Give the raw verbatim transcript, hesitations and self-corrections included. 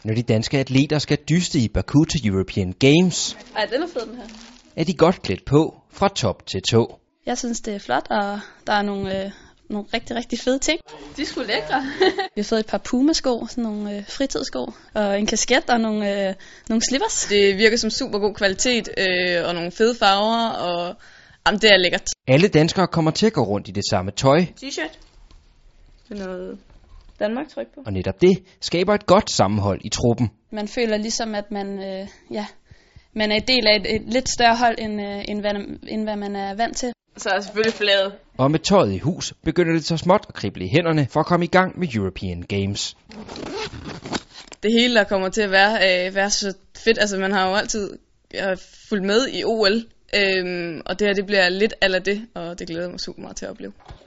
Når de danske atleter skal dyste i Baku til European Games, Ej, den er fed, den her. er de godt klædt på fra top til tå. Jeg synes, det er flot, og der er nogle, øh, nogle rigtig, rigtig fede ting. De er sgu lækre. Vi har fået et par Puma-sko, sådan nogle øh, fritidssko, og en kasket og nogle, øh, nogle slippers. Det virker som super god kvalitet, øh, og nogle fede farver, og jamen, det er lækkert. Alle danskere kommer til at gå rundt i det samme tøj, T-shirt. Det er noget Danmark-tryk på. og netop det skaber et godt sammenhold i truppen. Man føler ligesom, at man, øh, ja, man er en del af et, et lidt større hold, end, øh, end, hvad, end hvad man er vant til. Så er selvfølgelig flaget. Og med tøjet i hus begynder det så småt at krible i hænderne for at komme i gang med European Games. Det hele, der kommer til at være, øh, være så fedt. Altså, man har jo altid øh, fulgt med i O L, øh, og det her, det bliver lidt af det, og det glæder mig super meget til at opleve.